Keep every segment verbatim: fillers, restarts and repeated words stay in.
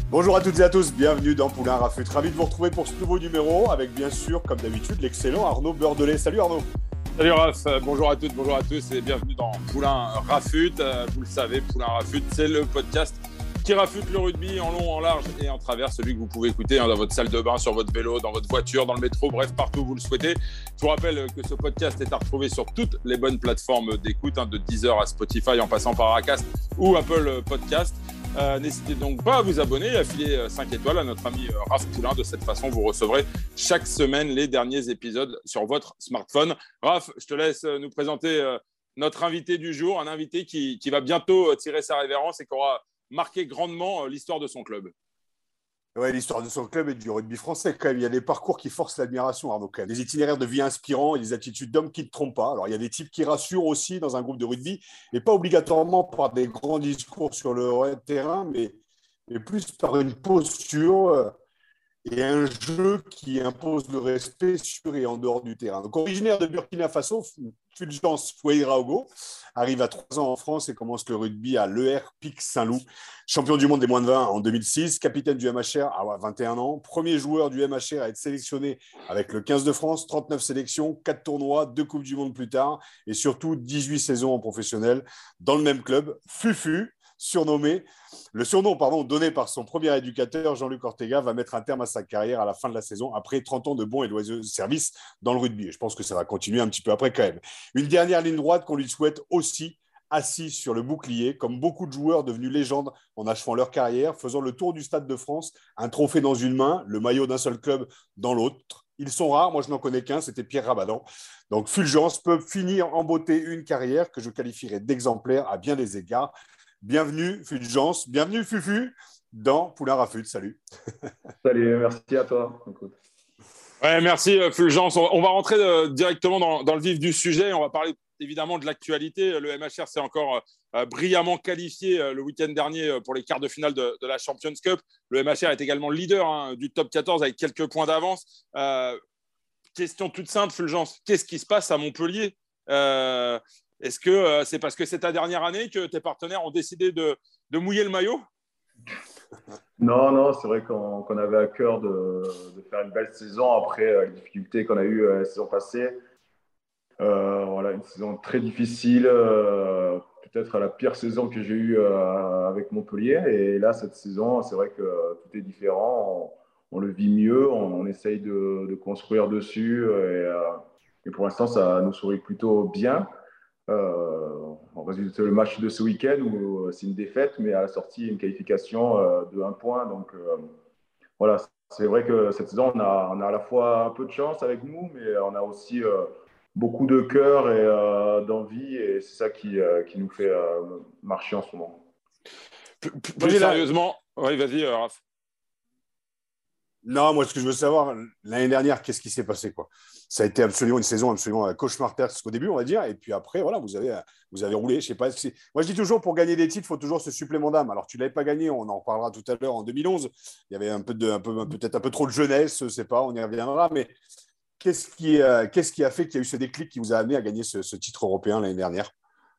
Bonjour à toutes et à tous, bienvenue dans Poulain Rafut. Ravi de vous retrouver pour ce nouveau numéro avec bien sûr, comme d'habitude, l'excellent Arnaud Beurdelet. Salut Arnaud. Salut Raph, bonjour à toutes, bonjour à tous et bienvenue dans Poulain Rafut. Vous le savez, Poulain Rafut, c'est le podcast qui rafute le rugby en long, en large et en travers, celui que vous pouvez écouter hein, dans votre salle de bain, sur votre vélo, dans votre voiture, dans le métro, bref, partout où vous le souhaitez. Je vous rappelle que ce podcast est à retrouver sur toutes les bonnes plateformes d'écoute, hein, de Deezer à Spotify en passant par Acast ou Apple Podcast. Euh, n'hésitez donc pas à vous abonner et à filer cinq étoiles à notre ami euh, Raph Poulain. De cette façon, vous recevrez chaque semaine les derniers épisodes sur votre smartphone. Raph, je te laisse nous présenter euh, notre invité du jour, un invité qui, qui va bientôt tirer sa révérence et qui aura marqué grandement euh, l'histoire de son club. Ouais, l'histoire de son club et du rugby français, quand même. Il y a des parcours qui forcent l'admiration, Arnaud, quand même. Des itinéraires de vie inspirants et des attitudes d'hommes qui ne trompent pas. Alors, il y a des types qui rassurent aussi dans un groupe de rugby, et pas obligatoirement par des grands discours sur le terrain, mais, mais plus par une posture euh, et un jeu qui impose le respect sur et en dehors du terrain. Donc, originaire de Burkina Faso, Fulgence Foueiraogo arrive à trois ans en France et commence le rugby à l'E R Pic Saint-Loup. Champion du monde des moins de vingt en deux mille six, capitaine du M H R à vingt et un ans, premier joueur du M H R à être sélectionné avec le quinze de France, trente-neuf sélections, quatre tournois, deux Coupes du Monde plus tard et surtout dix-huit saisons en professionnel dans le même club. Fufu, surnommé, le surnom pardon, donné par son premier éducateur, Jean-Luc Ortega, va mettre un terme à sa carrière à la fin de la saison, après trente ans de bons et loyaux services dans le rugby. Et je pense que ça va continuer un petit peu après quand même. Une dernière ligne droite qu'on lui souhaite aussi, assis sur le bouclier, comme beaucoup de joueurs devenus légendes en achevant leur carrière, faisant le tour du Stade de France, un trophée dans une main, le maillot d'un seul club dans l'autre. Ils sont rares, moi je n'en connais qu'un, c'était Pierre Rabadan. Donc Fulgence peut finir en beauté une carrière que je qualifierais d'exemplaire à bien des égards. Bienvenue Fulgence, bienvenue Fufu dans Poulain Rafut. Salut. Salut, merci à toi. Écoute. Ouais, merci Fulgence. On, on va rentrer euh, directement dans, dans le vif du sujet. On va parler évidemment de l'actualité. Le M H R s'est encore euh, brillamment qualifié euh, le week-end dernier euh, pour les quarts de finale de, de la Champions Cup. Le M H R est également leader hein, du top quatorze avec quelques points d'avance. Euh, question toute simple, Fulgence. Qu'est-ce qui se passe à Montpellier euh, Est-ce que euh, c'est parce que c'est ta dernière année que tes partenaires ont décidé de, de mouiller le maillot ? Non, non, c'est vrai qu'on, qu'on avait à cœur de, de faire une belle saison après euh, les difficultés qu'on a eues euh, la saison passée. Euh, voilà, une saison très difficile, euh, peut-être la pire saison que j'ai eue euh, avec Montpellier. Et là, cette saison, c'est vrai que euh, tout est différent. On, on le vit mieux, on, on essaye de, de construire dessus. Et, euh, et pour l'instant, ça nous sourit plutôt bien. Euh, on résulte le match de ce week-end où euh, c'est une défaite, mais à la sortie, une qualification euh, de un point. Donc euh, voilà, c'est vrai que cette saison, on a, on a à la fois un peu de chance avec nous, mais on a aussi euh, beaucoup de cœur et euh, d'envie, et c'est ça qui, euh, qui nous fait euh, marcher en ce moment. Plus, plus sérieusement, oui, vas-y, euh, Raph. Non, moi, ce que je veux savoir, l'année dernière, qu'est-ce qui s'est passé quoi? Ça a été absolument une saison absolument cauchemardesque au début, on va dire, et puis après, voilà, vous avez, vous avez roulé. Je sais pas. C'est... Moi, je dis toujours, pour gagner des titres, il faut toujours ce supplément d'âme. Alors, tu l'avais pas gagné, on en reparlera tout à l'heure. En deux mille onze, il y avait un peu de, un peu, peut-être un peu trop de jeunesse, je sais pas, on y reviendra. Mais qu'est-ce qui, euh, qu'est-ce qui a fait qu'il y a eu ce déclic qui vous a amené à gagner ce, ce titre européen l'année dernière?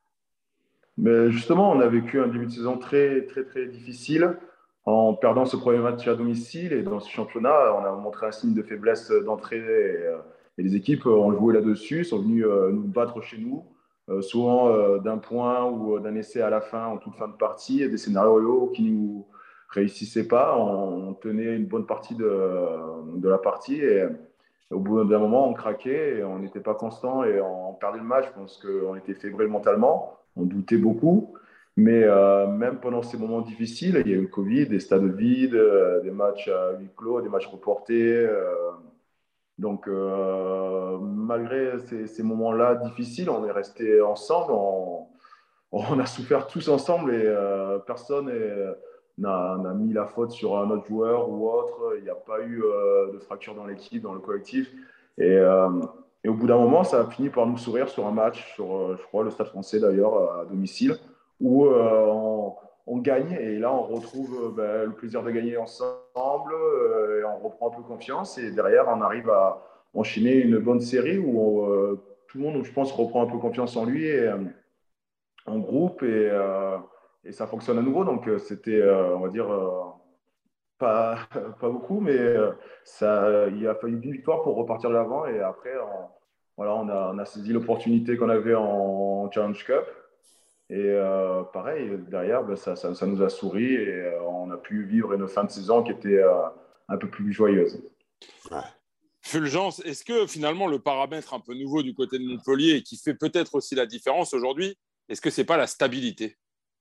Mais justement, on a vécu un début de saison très, très, très difficile en perdant ce premier match à domicile. Et dans ce championnat, on a montré un signe de faiblesse d'entrée. Et, euh, et les équipes ont joué là-dessus, sont venues euh, nous battre chez nous, euh, souvent euh, d'un point ou d'un essai à la fin, en toute fin de partie, et des scénarios qui ne nous réussissaient pas. On, on tenait une bonne partie de, de la partie. Et, et au bout d'un moment, on craquait, et on n'était pas constant et on perdait le match parce qu'on était fébrile mentalement. On doutait beaucoup. Mais euh, même pendant ces moments difficiles, il y a eu le Covid, des stades vides, euh, des matchs à huis clos, des matchs reportés. Euh, donc, euh, malgré ces, ces moments-là difficiles, on est resté ensemble. On, on a souffert tous ensemble et euh, personne est, n'a, n'a mis la faute sur un autre joueur ou autre. Il n'y a pas eu euh, de fracture dans l'équipe, dans le collectif. Et, euh, et au bout d'un moment, ça a fini par nous sourire sur un match, sur, euh, je crois, le Stade Français d'ailleurs, à domicile, où euh, on, on gagne. Et là, on retrouve euh, ben, le plaisir de gagner ensemble. Euh, et on reprend un peu confiance. Et derrière, on arrive à enchaîner une bonne série où on, euh, tout le monde, je pense, reprend un peu confiance en lui. Et, euh, en groupe et, euh, et ça fonctionne à nouveau. Donc, euh, c'était, euh, on va dire, euh, pas, pas beaucoup, mais euh, ça, il a fallu une victoire pour repartir de l'avant. Et après, on, voilà, on a, on a saisi l'opportunité qu'on avait en Challenge Cup. Et euh, pareil, derrière, ben, ça, ça, ça nous a souri et euh, on a pu vivre une fin de saison qui était euh, un peu plus joyeuse. Ouais. Fulgence, est-ce que finalement le paramètre un peu nouveau du côté de Montpellier et qui fait peut-être aussi la différence aujourd'hui, est-ce que c'est pas la stabilité?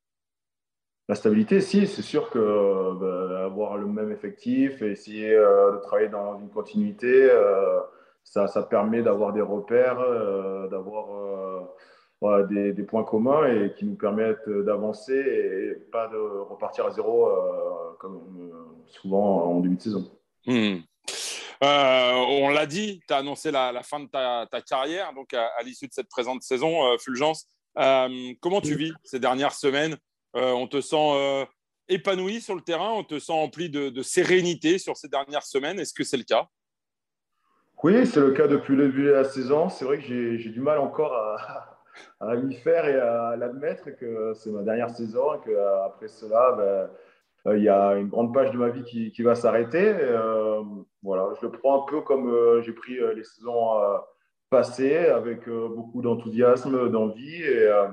La stabilité, si, c'est sûr que euh, ben, avoir le même effectif et essayer euh, de travailler dans une continuité, euh, ça, ça permet d'avoir des repères, euh, d'avoir euh, voilà, des, des points communs et qui nous permettent d'avancer et pas de repartir à zéro euh, comme euh, souvent en début de saison. Hmm. Euh, on l'a dit, tu as annoncé la, la fin de ta, ta carrière donc à, à l'issue de cette présente saison, euh, Fulgence. Euh, comment tu vis ces dernières semaines? Euh, on te sent euh, épanoui sur le terrain, on te sent empli de, de sérénité sur ces dernières semaines. Est-ce que c'est le cas? Oui, c'est le cas depuis le début de la saison. C'est vrai que j'ai j'ai du mal encore à, à m'y faire et à l'admettre que c'est ma dernière saison et qu'après cela, ben, euh, il y a une grande page de ma vie qui, qui va s'arrêter. Euh, voilà, je le prends un peu comme euh, j'ai pris euh, les saisons euh, passées, avec euh, beaucoup d'enthousiasme, d'envie et, euh,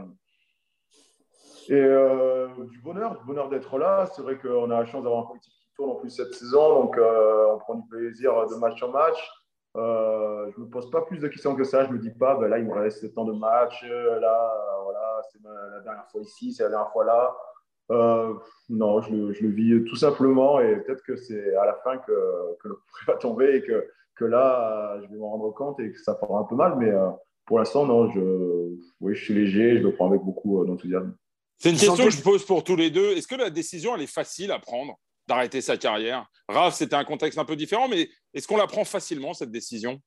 et euh, du bonheur, du bonheur d'être là. C'est vrai qu'on a la chance d'avoir un collectif qui tourne en plus cette saison, donc euh, on prend du plaisir de match en match. Euh, je ne me pose pas plus de questions que ça. Je ne me dis pas, ben là, il me reste tant de matchs. Là, euh, voilà, c'est la dernière fois ici, c'est la dernière fois là. Euh, non, je le, je le vis tout simplement et peut-être que c'est à la fin que, que le prix va tomber et que, que là, je vais m'en rendre compte et que ça fera un peu mal. Mais euh, pour l'instant, non, je, oui, je suis léger, je le prends avec beaucoup euh, d'enthousiasme. C'est une Tu question sentais que je pose pour tous les deux. Est-ce que la décision, elle est facile à prendre d'arrêter sa carrière? Raph, c'était un contexte un peu différent, mais est-ce qu'on la prend facilement, cette décision?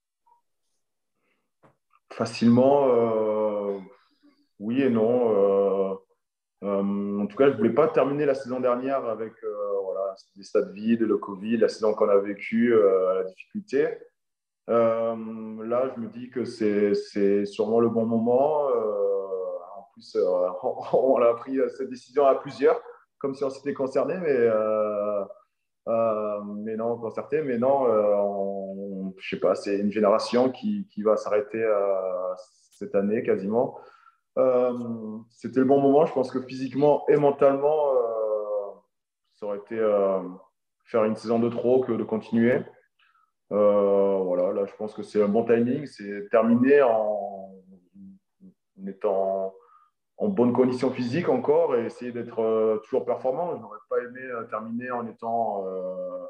Facilement, euh, oui et non. Euh, euh, en tout cas, je ne voulais pas terminer la saison dernière avec euh, voilà, des stades vides, le Covid, la saison qu'on a vécue, euh, la difficulté. Euh, là, je me dis que c'est, c'est sûrement le bon moment. Euh, en plus, euh, on, on a pris cette décision à plusieurs, comme si on s'était concerné, mais, euh, euh, mais non, concerté, mais non, euh, on, je sais pas, c'est une génération qui, qui va s'arrêter euh, cette année quasiment. Euh, C'était le bon moment. Je pense que physiquement et mentalement, euh, ça aurait été euh, faire une saison de trop que de continuer. Euh, voilà, là, je pense que c'est un bon timing. C'est terminé en, en étant en bonne condition physique encore et essayer d'être euh, toujours performant. Je n'aurais pas aimé euh, terminer en étant euh,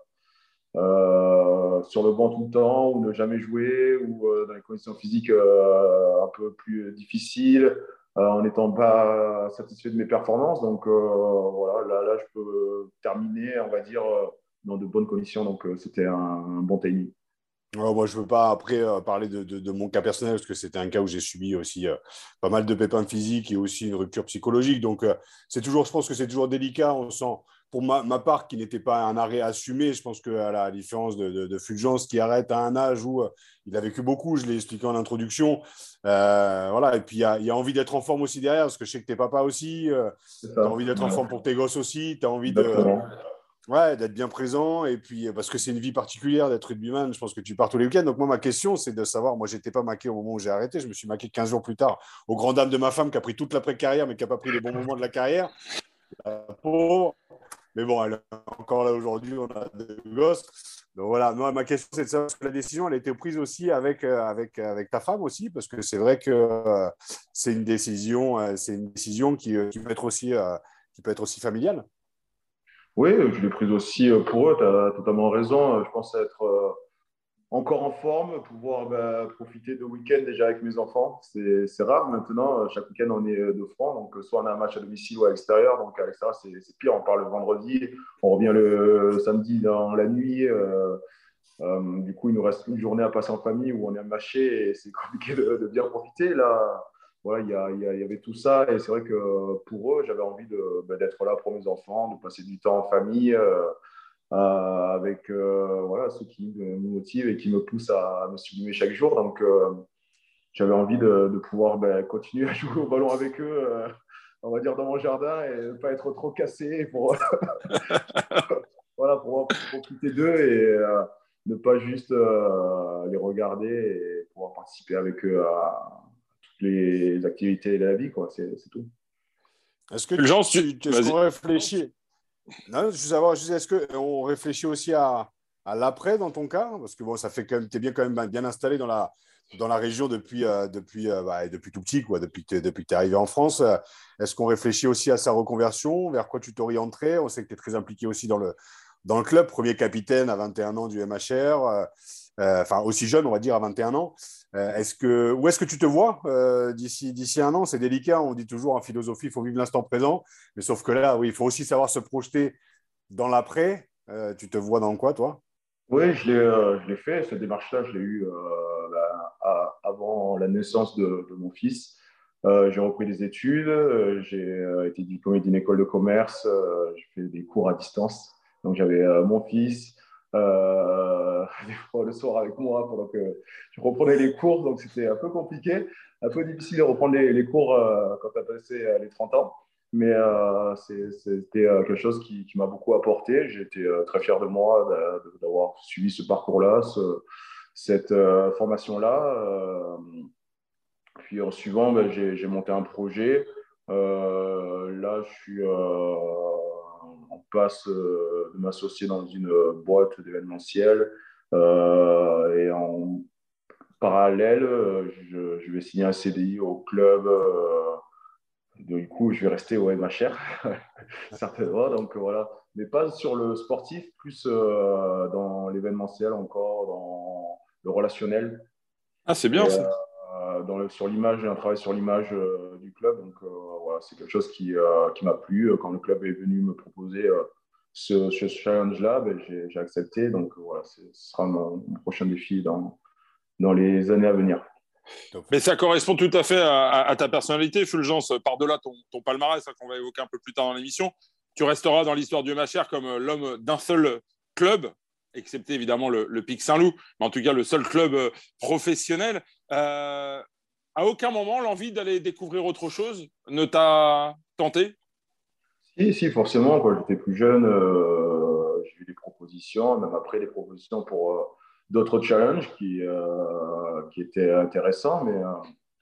euh, sur le banc tout le temps ou ne jamais jouer ou euh, dans les conditions physiques euh, un peu plus difficiles, euh, en n'étant pas satisfait de mes performances. Donc euh, voilà, là, là, je peux terminer, on va dire, euh, dans de bonnes conditions. Donc euh, c'était un, un bon timing. Ouais, moi, je ne veux pas après euh, parler de, de- de mon cas personnel parce que c'était un cas où j'ai subi aussi euh, pas mal de pépins physiques et aussi une rupture psychologique. Donc, euh, c'est toujours, je pense que c'est toujours délicat. On sent, pour ma, ma part, qui n'était pas un arrêt assumé, je pense qu'à la différence de, de, de Fulgence qui arrête à un âge où euh, il a vécu beaucoup, je l'ai expliqué en introduction. Euh, voilà. Et puis, il y a, il y a envie d'être en forme aussi derrière parce que je sais que tu es papa aussi. Euh, C'est tu as ça. envie d'être en Ouais. forme pour tes gosses aussi. Tu as envie de. Exactement. Ouais, d'être bien présent et puis parce que c'est une vie particulière d'être rugbyman, je pense que tu pars tous les week-ends. Donc moi, ma question, c'est de savoir, moi, j'étais pas maqué au moment où j'ai arrêté, je me suis maqué quinze jours plus tard, au grand dam de ma femme qui a pris toute l'après-carrière mais qui n'a pas pris les bons moments de la carrière. Euh, pauvre. Mais bon, elle est encore là aujourd'hui, on a deux gosses. Donc voilà, moi, ma question, c'est de savoir que la décision, elle a été prise aussi avec, euh, avec, avec ta femme aussi, parce que c'est vrai que euh, c'est une décision, euh, c'est une décision qui, euh, qui peut être aussi, euh, qui peut être aussi familiale. Oui, je l'ai prise aussi euh, pour eux, tu as totalement raison. Je pense être euh, encore en forme, pouvoir bah, profiter de week-end déjà avec mes enfants. C'est c'est rare maintenant. Chaque week-end, on est euh, de front. Donc, euh, soit on a un match à domicile ou à l'extérieur. Donc, à l'extérieur, c'est c'est pire. On part le vendredi, on revient le, le samedi dans la nuit. Euh, euh, du coup, il nous reste une journée à passer en famille où on est mâché et c'est compliqué de, de bien profiter. Là, voilà, il y, a, il y, a, il y avait tout ça. Et c'est vrai que pour eux, j'avais envie de, bah, d'être là pour mes enfants, de passer du temps en famille. Euh, euh, avec euh, voilà, ceux qui me motivent et qui me poussent à, à me sublimer chaque jour. Donc, euh, j'avais envie de, de pouvoir ben, continuer à jouer au ballon avec eux, euh, on va dire dans mon jardin, et ne pas être trop cassé pour, voilà, voilà, pouvoir profiter d'eux et euh, ne pas juste euh, les regarder et pouvoir participer avec eux à toutes les activités de la vie, quoi. C'est, c'est tout. Est-ce que Fulgence, tu... tu, tu- est-ce vas-y. qu'on réfléchit Non, je veux savoir, juste, est-ce qu'on réfléchit aussi à, à l'après dans ton cas? Parce que bon, ça fait quand même, t'es bien quand même bien installé dans la, dans la région depuis, euh, depuis, euh, bah, depuis tout petit, quoi, depuis que t'es, depuis que t'es arrivé en France. Euh, Est-ce qu'on réfléchit aussi à sa reconversion? Vers quoi tu t'orienterais? On sait que tu es très impliqué aussi dans le, dans le club, premier capitaine à vingt et un ans du M H R, euh, euh, enfin aussi jeune, on va dire, à vingt et un ans. Euh, est-ce que, où est-ce que tu te vois euh, d'ici, d'ici un an? C'est délicat, on dit toujours en philosophie, il faut vivre l'instant présent. Mais sauf que là, oui, il faut aussi savoir se projeter dans l'après. Euh, tu te vois dans quoi, toi? Oui, je l'ai, euh, je l'ai fait. Cette démarche-là, je l'ai eue euh, là, à- avant la naissance de, de mon fils. Euh, j'ai repris des études. euh, J'ai euh, été diplômé d'une école de commerce. euh, j'ai fait des cours à distance. Donc, j'avais euh, mon fils euh, des fois le soir avec moi pendant que je reprenais les cours. Donc, c'était un peu compliqué, un peu difficile de reprendre les, les cours euh, quand tu as passé euh, les trente ans. Mais euh, c'est- c'était euh, quelque chose qui, qui m'a beaucoup apporté. J'étais euh, très fier de moi d'a- d'avoir suivi ce parcours-là, ce- cette euh, formation-là. Euh, puis en suivant, ben, j'ai j'ai monté un projet. Euh, là, je suis euh, en passe euh, de m'associer dans une boîte d'événementiel. Euh, et en parallèle, euh, je, je vais signer un C D I au club. Euh, du coup, je vais rester au M H R, certainement. Donc voilà, mais pas sur le sportif, plus euh, dans l'événementiel encore, dans le relationnel Ah, c'est et bien ça. euh, dans le, sur l'image, j'ai un travail sur l'image euh, du club. Donc euh, voilà, c'est quelque chose qui, euh, qui m'a plu. Quand le club est venu me proposer euh, ce, ce challenge-là, ben, j'ai, j'ai accepté. Donc euh, voilà, c'est, ce sera mon, mon prochain défi dans, dans les années à venir. Top. Mais ça correspond tout à fait à, à, à ta personnalité, Fulgence. Par-delà ton, ton palmarès, hein, qu'on va évoquer un peu plus tard dans l'émission, tu resteras dans l'histoire du M H R comme euh, l'homme d'un seul club, excepté évidemment le, le Pic Saint-Loup, mais en tout cas le seul club euh, professionnel. Euh, à aucun moment, l'envie d'aller découvrir autre chose ne t'a tenté? Si, si, forcément, quand j'étais plus jeune, euh, j'ai eu des propositions, même après des propositions pour euh, d'autres challenges qui, euh, qui étaient intéressants, mais euh,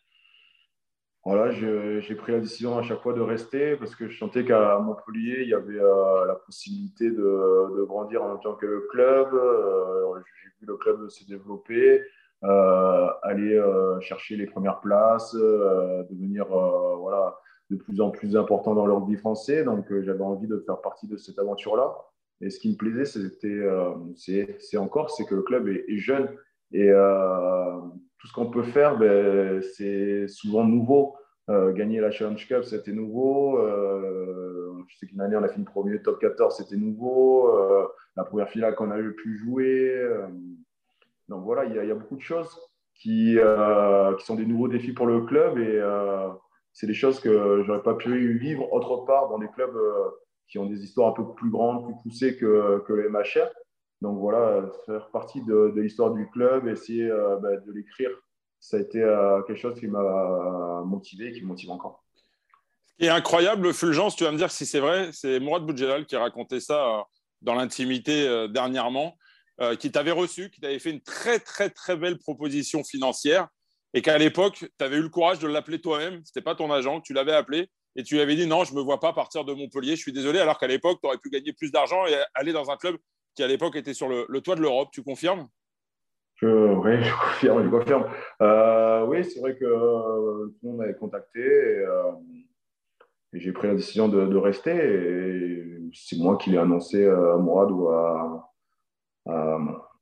voilà, je- j'ai pris la décision à chaque fois de rester parce que je sentais qu'à Montpellier, il y avait euh, la possibilité de, de grandir en tant que club. Euh, j'ai vu le club se développer, euh, aller euh, chercher les premières places, euh, devenir euh, voilà, de plus en plus important dans le rugby français. Donc, euh, j'avais envie de faire partie de cette aventure-là. Et ce qui me plaisait, c'était, euh, c'est, c'est encore, c'est que le club est, est jeune et euh, tout ce qu'on peut faire, ben, c'est souvent nouveau. Euh, gagner la Challenge Cup, c'était nouveau. Euh, je sais qu'une année, on a fini premier top quatorze, c'était nouveau. Euh, la première finale qu'on a eu pu jouer. Euh, donc voilà, il y, y, a beaucoup de choses qui, euh, qui sont des nouveaux défis pour le club et euh, c'est des choses que j'aurais pas pu vivre autre part dans des clubs euh, qui ont des histoires un peu plus grandes, plus poussées que, que le M H R. Donc voilà, faire partie de, de l'histoire du club, essayer euh, bah, de l'écrire, ça a été euh, quelque chose qui m'a motivé et qui me motive encore. Ce qui est incroyable, Fulgence, tu vas me dire si c'est vrai, c'est Mourad Boudjelal qui racontait ça euh, dans l'intimité euh, dernièrement, euh, qui t'avait reçu, qui t'avait fait une très, très, très belle proposition financière et qu'à l'époque, tu avais eu le courage de l'appeler toi-même. Ce n'était pas ton agent, que tu l'avais appelé et tu lui avais dit non, je ne me vois pas partir de Montpellier, je suis désolé, alors qu'à l'époque, tu aurais pu gagner plus d'argent et aller dans un club qui, à l'époque, était sur le, le toit de l'Europe. Tu confirmes? Je, oui, je confirme, je confirme. Euh, oui, c'est vrai que euh, tout le monde m'avait contacté et, euh, et j'ai pris la décision de, de rester. Et c'est moi qui l'ai annoncé à Mourad ou à, à,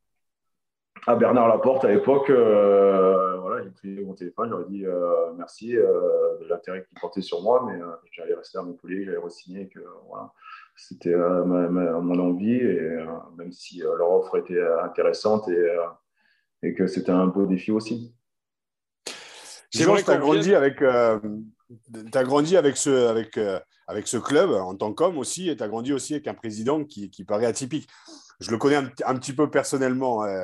à Bernard Laporte à l'époque. Euh, voilà, j'ai pris mon téléphone, j'aurais dit euh, merci euh, de l'intérêt qu'il portait sur moi, mais euh, j'allais rester à Montpellier, j'allais re-signer, que voilà, c'était euh, ma, ma, mon envie, et euh, même si euh, leur offre était intéressante et, euh, et que c'était un beau défi aussi. J'aimerais Tu as qu'on grandi revienne. avec, euh, t'as grandi avec ce, avec, euh, avec ce club en tant qu'homme aussi, et tu as grandi aussi avec un président qui, qui paraît atypique. Je le connais un, un petit peu personnellement. Euh,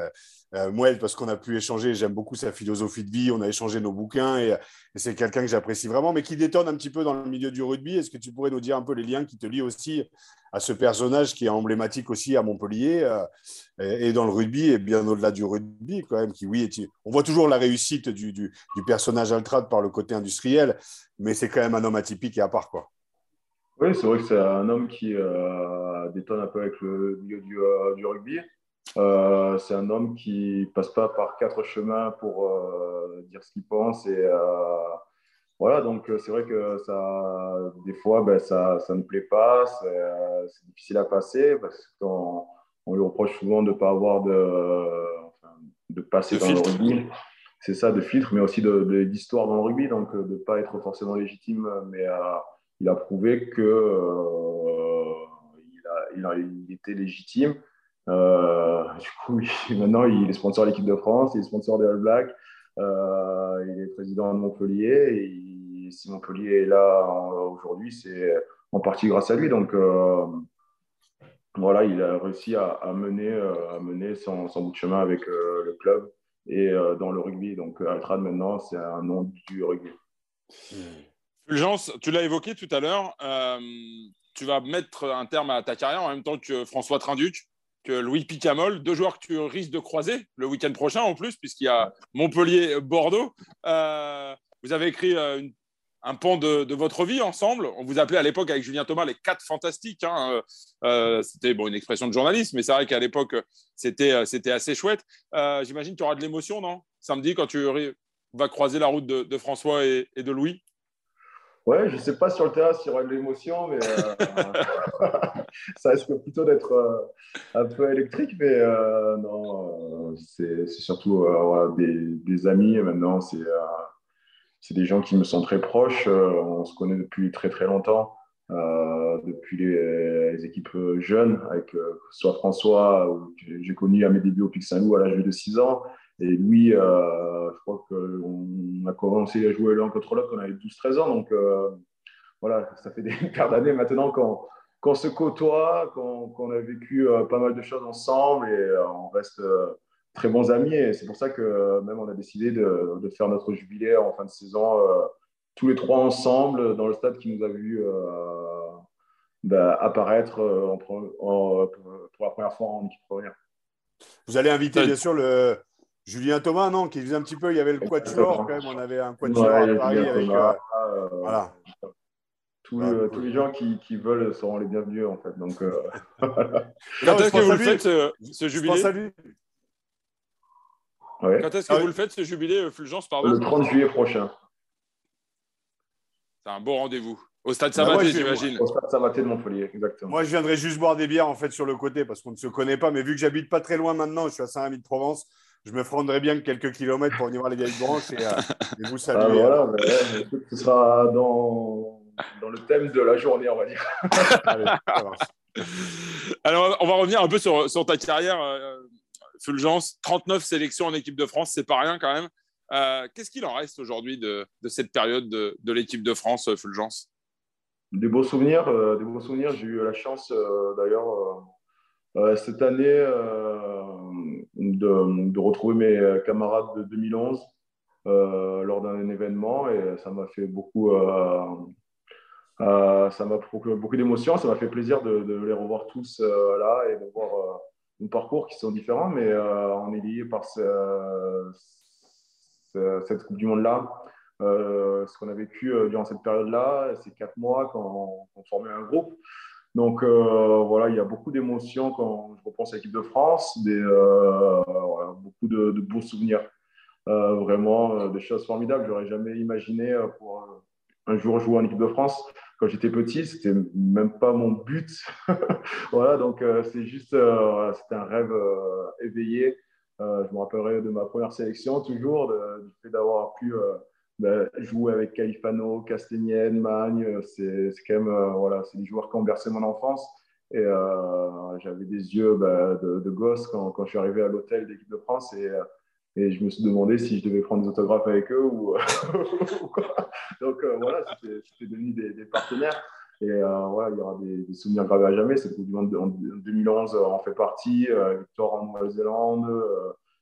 Euh, Moued, parce qu'on a pu échanger, j'aime beaucoup sa philosophie de vie, on a échangé nos bouquins et, et c'est quelqu'un que j'apprécie vraiment, mais qui détonne un petit peu dans le milieu du rugby. Est-ce que tu pourrais nous dire un peu les liens qui te lient aussi à ce personnage qui est emblématique aussi à Montpellier euh, et, et dans le rugby et bien au-delà du rugby quand même, qui oui, est, on voit toujours la réussite du, du, du personnage Altrad par le côté industriel, mais c'est quand même un homme atypique et à part, quoi. Oui, c'est vrai que c'est un homme qui euh, détonne un peu avec le milieu du, euh, du rugby. Euh, c'est un homme qui passe pas par quatre chemins pour euh, dire ce qu'il pense. Et euh, voilà, donc euh, c'est vrai que ça, des fois, ben, ça, ça ne plaît pas, c'est euh, c'est difficile à passer parce qu'on on lui reproche souvent de ne pas avoir de, enfin, de passer De dans le filtre. rugby. C'est ça, de filtre, mais aussi de, de- d'histoire dans le rugby, donc euh, de ne pas être forcément légitime, mais euh, il a prouvé que euh, il, a, il, a, il était légitime. Euh, du coup, il, maintenant, il est sponsor de l'équipe de France, il est sponsor des All Blacks, euh, il est président de Montpellier. Et il, si Montpellier est là en, aujourd'hui, c'est en partie grâce à lui. Donc, euh, voilà, il a réussi à, à mener, euh, à mener son, son bout de chemin avec euh, le club et euh, dans le rugby. Donc, Altrad, maintenant, c'est un nom du rugby. Fulgence, tu l'as évoqué tout à l'heure, euh, tu vas mettre un terme à ta carrière en même temps que François Trinduc, que Louis Picamol, deux joueurs que tu risques de croiser le week-end prochain en plus, puisqu'il y a Montpellier-Bordeaux. Euh, vous avez écrit euh, une, un pan de, de votre vie ensemble. On vous appelait à l'époque avec Julien Thomas les quatre fantastiques. Hein. Euh, c'était bon, une expression de journaliste, mais c'est vrai qu'à l'époque, c'était, c'était assez chouette. Euh, j'imagine que tu auras de l'émotion, non? Samedi, quand tu vas croiser la route de, de François et, et de Louis. Ouais, je ne sais pas sur le terrain s'il y aura de l'émotion, mais euh, ça risque plutôt d'être euh, un peu électrique. Mais euh, non, euh, c'est, c'est surtout euh, voilà, des, des amis. Et maintenant, c'est, euh, c'est des gens qui me sont très proches. Euh, on se connaît depuis très très longtemps, euh, depuis les, les équipes jeunes, avec euh, soit François, où j'ai j'ai connu à mes débuts au Pic Saint-Loup à l'âge de six ans. Et lui, euh, je crois qu'on a commencé à jouer l'un contre l'autre quand on avait douze treize ans. Donc euh, voilà, ça fait des paires d'années maintenant qu'on qu'on se côtoie, qu'on qu'on a vécu euh, pas mal de choses ensemble et euh, on reste euh, très bons amis. Et c'est pour ça que euh, même on a décidé de, de faire notre jubilé en fin de saison, euh, tous les trois ensemble, dans le stade qui nous a vu euh, bah, apparaître euh, en, en, pour la première fois en équipe première. Vous allez inviter bien sûr le Julien Thomas, non, qui faisait un petit peu, il y avait le Quatuor Exactement. quand même, on avait un Quatuor à Ouais, Paris Julien avec. Thomas, Euh, euh, voilà. tous, Voilà, euh, tous cool. les gens qui, qui veulent seront les bienvenus en fait. Donc, euh, Quand Non, je est-ce que pense vous à le lui. faites, ce, ce Je pense jubilé? à lui. ouais. Quand est-ce que Ah vous oui. le faites, ce jubilé, Fulgence, pardon? Le trente juillet prochain. C'est un beau rendez-vous. Au Stade Bah, moi, Sabaté, je vais, moi, j'imagine. Au stade Savaté de Montpellier, exactement. moi, je viendrai juste boire des bières en fait sur le côté parce qu'on ne se connaît pas. Mais vu que j'habite pas très loin maintenant, je suis à Saint-Rémy-de-Provence, je me prendrai bien quelques kilomètres pour venir voir les vieilles branches et, euh, et vous Ah, saluer voilà, alors. mais, ouais, mais écoute, ce sera dans, dans le thème de la journée, on va dire. Allez, ça marche. Alors, on va revenir un peu sur, sur ta carrière, euh, Fulgence. trente-neuf sélections en équipe de France, c'est pas rien quand même. Euh, qu'est-ce qu'il en reste aujourd'hui de, de cette période de, de l'équipe de France, Fulgence? Des beaux souvenirs, euh, des beaux souvenirs. J'ai eu la chance euh, d'ailleurs euh, euh, cette année euh, de, de retrouver mes camarades de deux mille onze euh, lors d'un événement et ça m'a fait beaucoup, euh, euh, ça m'a procuré beaucoup d'émotions. Ça m'a fait plaisir de, de les revoir tous euh, là et de voir euh, nos parcours qui sont différents, mais euh, on est liés par ce, ce, cette Coupe du Monde-là. Euh, ce qu'on a vécu euh, durant cette période-là, ces quatre mois quand on, on formait un groupe. Donc euh, voilà, il y a beaucoup d'émotions quand je repense à l'équipe de France, des, euh, voilà, beaucoup de, de beaux souvenirs. Euh, vraiment, euh, des choses formidables. J'aurais jamais imaginé euh, pour euh, un jour jouer en équipe de France. Quand j'étais petit, c'était même pas mon but. Voilà, donc euh, c'est juste, euh, voilà, c'était un rêve euh, éveillé. Euh, je me rappellerai de ma première sélection toujours, de- du fait d'avoir pu euh, ben, jouer avec Califano, Castagnen, Magne. euh, C'est c'est quand même, euh, voilà, c'est des joueurs qui ont bercé mon enfance. Et euh, j'avais des yeux ben, de, de gosse quand, quand je suis arrivé à l'hôtel d'équipe de France. Et, euh, et je me suis demandé si je devais prendre des autographes avec eux ou, ou quoi. Donc euh, voilà, c'était c'était devenu des, des partenaires. Et euh, voilà, il y aura des, des souvenirs gravés à jamais. Cette Coupe du Monde en deux mille onze en fait partie. Euh, victoire en Nouvelle-Zélande, euh,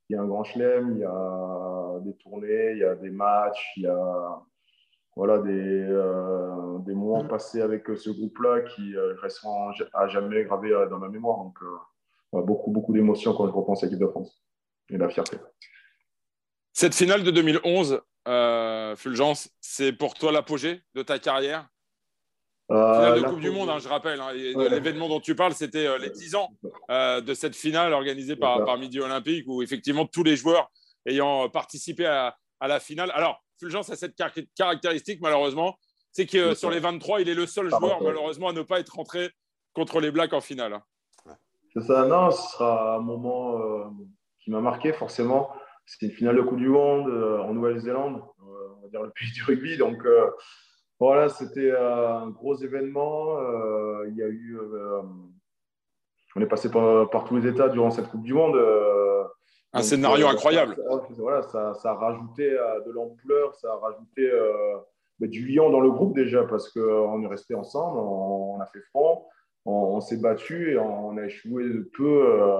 il y a un grand chelem, il y a des tournées, il y a des matchs, il y a voilà, des, euh, des moments passés avec ce groupe-là qui euh, resteront à jamais gravés euh, dans ma mémoire. Donc, euh, ouais, beaucoup, beaucoup d'émotions quand je repense à l'équipe de France et la fierté. Cette finale de deux mille onze, euh, Fulgence, c'est pour toi l'apogée de ta carrière? euh, Finale de Coupe du Monde, hein, je rappelle. Hein, ouais. L'événement dont tu parles, c'était euh, les dix ans euh, de cette finale organisée par, par Midi Olympique, où effectivement tous les joueurs ayant participé à, à la finale. Alors, Fulgence a cette car caractéristique, malheureusement, c'est que euh, sur les vingt-trois, il est le seul joueur, malheureusement, à ne pas être rentré contre les Blacks en finale. C'est ça, non, ce sera un moment euh, qui m'a marqué, forcément. C'est une finale de Coupe du Monde euh, en Nouvelle-Zélande, euh, on va dire le pays du rugby. Donc, euh, voilà, c'était euh, un gros événement. Euh, il y a eu. Euh, on est passé par, par tous les États durant cette Coupe du Monde. Euh, un donc, scénario euh, incroyable. Ça, voilà, ça, ça a rajouté euh, de l'ampleur, ça a rajouté euh, bah, du lion dans le groupe déjà, parce qu'on est resté ensemble, on, on a fait front, on, on s'est battu et on, on a échoué de peu euh,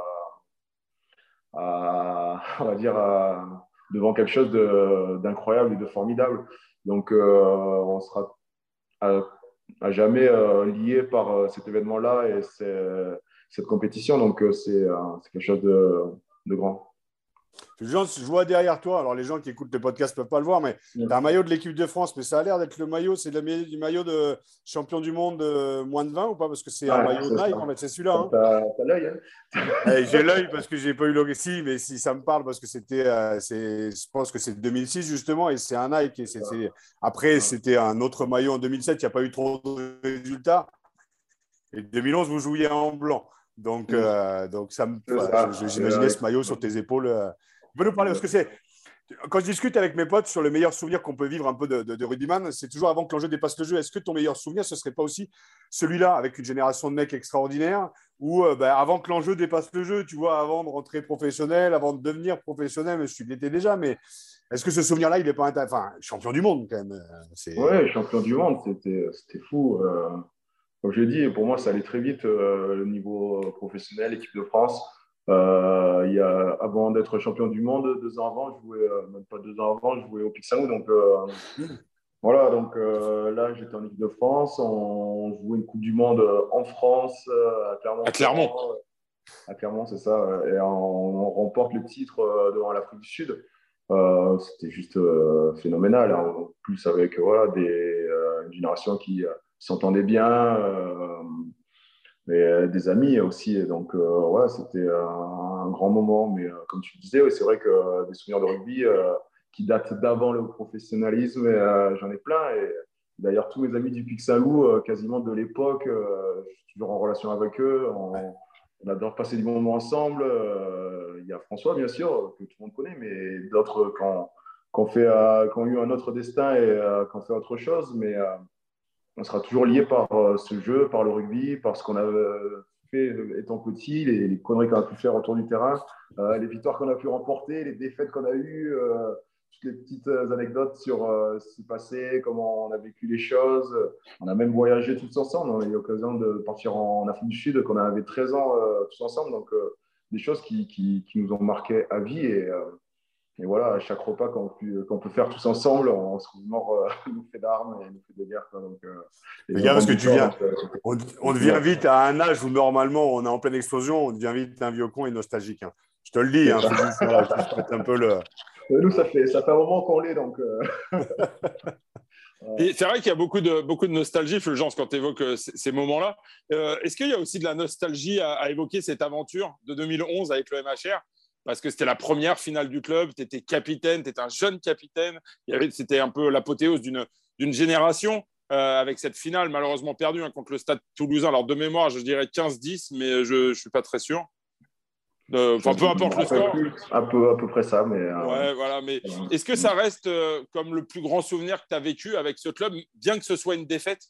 à, on va dire, à, devant quelque chose d'incroyable et de formidable. Donc, euh, on sera à, à jamais euh, lié par euh, cet événement-là et cette compétition. Donc, euh, c'est euh, quelque chose de, de grand. Je vois derrière toi, alors les gens qui écoutent le podcast ne peuvent pas le voir, mais tu as un maillot de l'équipe de France, mais ça a l'air d'être le maillot, c'est le maillot de champion du monde de moins de vingt ou pas? Parce que c'est ouais, un maillot Nike, en fait, c'est celui-là. Hein. Tu as l'œil, hein. Hey, j'ai l'œil parce que j'ai pas eu l'occasion, si, mais si ça me parle, parce que c'était, euh, je pense que c'est deux mille six justement, et c'est un Nike. Et c'est, c'est... Après, c'était un autre maillot en deux mille sept, il n'y a pas eu trop de résultats. Et deux mille onze, vous jouiez en blanc. Donc, euh, donc ça me, voilà, ça. J'imaginais ce maillot sur tes épaules. Euh... Tu peux nous parler, parce que c'est, quand je discute avec mes potes sur le meilleur souvenir qu'on peut vivre un peu de, de, de rugbyman, c'est toujours avant que l'enjeu dépasse le jeu. Est-ce que ton meilleur souvenir, ce ne serait pas aussi celui-là, avec une génération de mecs extraordinaires, où euh, ben, avant que l'enjeu dépasse le jeu, tu vois, avant de rentrer professionnel, avant de devenir professionnel, mais je l'étais déjà, mais est-ce que ce souvenir-là, il n'est pas intéressant? Enfin, champion du monde, quand même. Oui, champion du monde, c'était fou. Euh, comme je l'ai dit, pour moi, ça allait très vite, euh, le niveau professionnel, équipe de France. Euh, il y a, avant d'être champion du monde, deux ans avant, je jouais, euh, même pas deux ans avant, je jouais au Pixelou. Donc, euh, mmh. voilà, donc euh, là, j'étais en équipe de France. On jouait une Coupe du Monde en France, à Clermont. À Clermont. À Clermont, c'est ça. Et on, on remporte le titre devant l'Afrique du Sud. Euh, C'était juste euh, phénoménal. Hein. En plus, avec voilà, des, euh, une génération qui euh, s'entendait bien. Euh, mais euh, des amis aussi. Donc, euh, ouais, c'était un, un grand moment. Mais euh, comme tu le disais, ouais, c'est vrai que euh, des souvenirs de rugby euh, qui datent d'avant le professionnalisme, euh, j'en ai plein. Et d'ailleurs, tous mes amis du Pic-Saint-Loup, euh, quasiment de l'époque, euh, je suis toujours en relation avec eux. On, on adore passer du moment ensemble. Euh, il y a François, bien sûr, que tout le monde connaît, mais d'autres qui ont, qui ont, fait, euh, qui ont eu un autre destin et euh, qui ont fait autre chose. Mais euh, on sera toujours lié par euh, ce jeu, par le rugby, par ce qu'on a euh, fait étant petit, les, les conneries qu'on a pu faire autour du terrain, euh, les victoires qu'on a pu remporter, les défaites qu'on a eues, euh, toutes les petites anecdotes sur euh, ce qui s'est passé, comment on a vécu les choses. On a même voyagé tous ensemble. On a eu l'occasion de partir en Afrique du Sud quand on avait treize ans euh, tous ensemble. Donc, euh, des choses qui, qui, qui nous ont marqué à vie. Et, euh, Et voilà, à chaque repas qu'on peut, qu'on peut faire tous ensemble, on se mort euh, nous fait d'armes et nous fait de guerre. Quoi. Donc, euh, Regarde, parce que tu viens. Donc, euh, on, on devient vite à un âge où normalement on est en pleine explosion, on devient vite un vieux con et nostalgique. Hein. Je te le dis, hein, juste, voilà, juste un peu le. Nous, ça fait, ça fait un moment qu'on l'est, donc. Euh... Et c'est vrai qu'il y a beaucoup de, beaucoup de nostalgie, Fulgence, quand tu évoques ces, ces moments-là. Euh, Est-ce qu'il y a aussi de la nostalgie à, à évoquer cette aventure de deux mille onze avec le M H R? Parce que c'était la première finale du club, tu étais capitaine, tu étais un jeune capitaine. C'était un peu l'apothéose d'une génération euh, avec cette finale malheureusement perdue hein, contre le Stade Toulousain. Alors de mémoire, je dirais quinze dix, mais je ne suis pas très sûr. Enfin, euh, peu importe le score. Un peu, à peu près ça. Mais, euh... ouais, voilà, mais est-ce que ça reste euh, comme le plus grand souvenir que tu as vécu avec ce club, bien que ce soit une défaite?